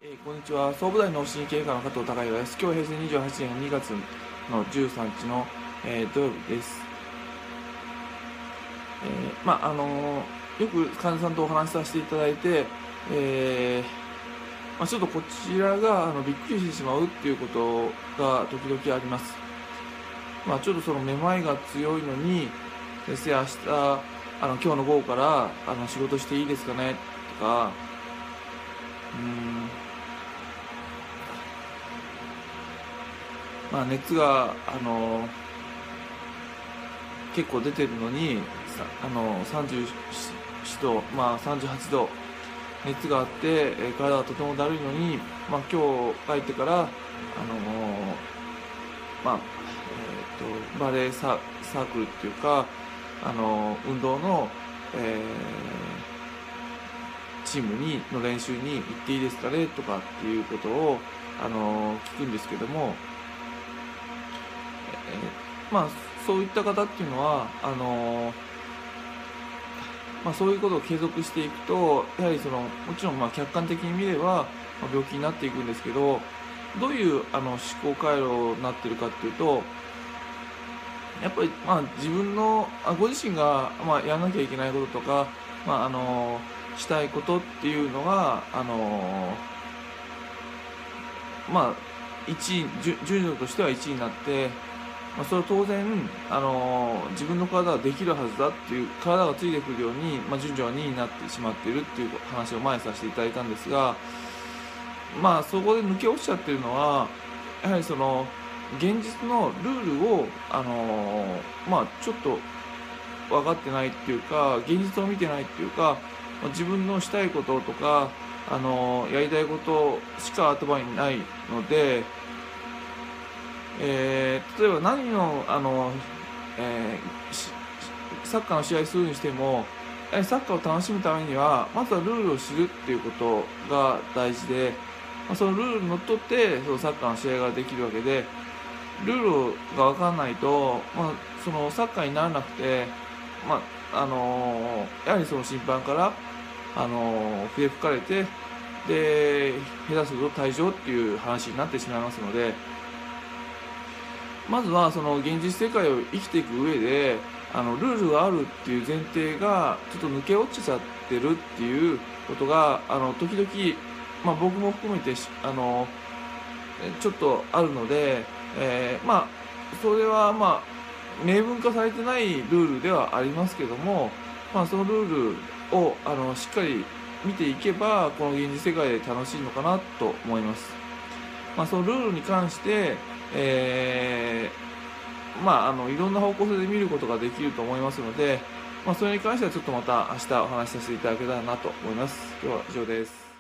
こんにちは。総武大脳神経科の加藤孝弘です。今日は平成28年2月の13日の、土曜日です。よく患者さんとお話しさせていただいて、ちょっとこちらがびっくりしてしまうっていうことが時々あります。ちょっとそのめまいが強いのに、先生明日今日の午後から仕事していいですかねとか、熱が結構出てるのに37度、38度熱があって、体がとてもだるいのに、今日帰ってからバレエサークルっていうか運動の、チームの練習に行っていいですかねとかっていうことを聞くんですけども、そういった方っていうのはそういうことを継続していくと、やはりもちろん客観的に見れば、病気になっていくんですけど、どういう思考回路になっているかっていうと、やっぱり自分のご自身がやらなきゃいけないこととか、したいことっていうのが順序としては1位になって、それは当然自分の体ができるはずだっていう体がついてくるように、順序は2位になってしまっているっていう話を前にさせていただいたんですが、そこで抜け落ちちゃってるのは、やはりその現実のルールをちょっと分かってないっていうか、現実を見てないっていうか、自分のしたいこととかやりたいことしか頭にないので、例えば何のサッカーの試合するにしても、サッカーを楽しむためにはまずはルールを知るっていうことが大事で、そのルールにのっとってそのサッカーの試合ができるわけで、ルールが分からないと、そのサッカーにならなくて、やはりその審判から笛吹かれて、で下手すると退場っていう話になってしまいますので、まずはその現実世界を生きていく上でルールがあるっていう前提がちょっと抜け落ちちゃってるっていうことが時々、僕も含めてちょっとあるので、それは明文化されてないルールではありますけども、そのルールをしっかり見ていけばこの現実世界で楽しいのかなと思います。そのルールに関していろんな方向性で見ることができると思いますので、それに関してはちょっとまた明日お話しさせていただけたらなと思います。今日は以上です。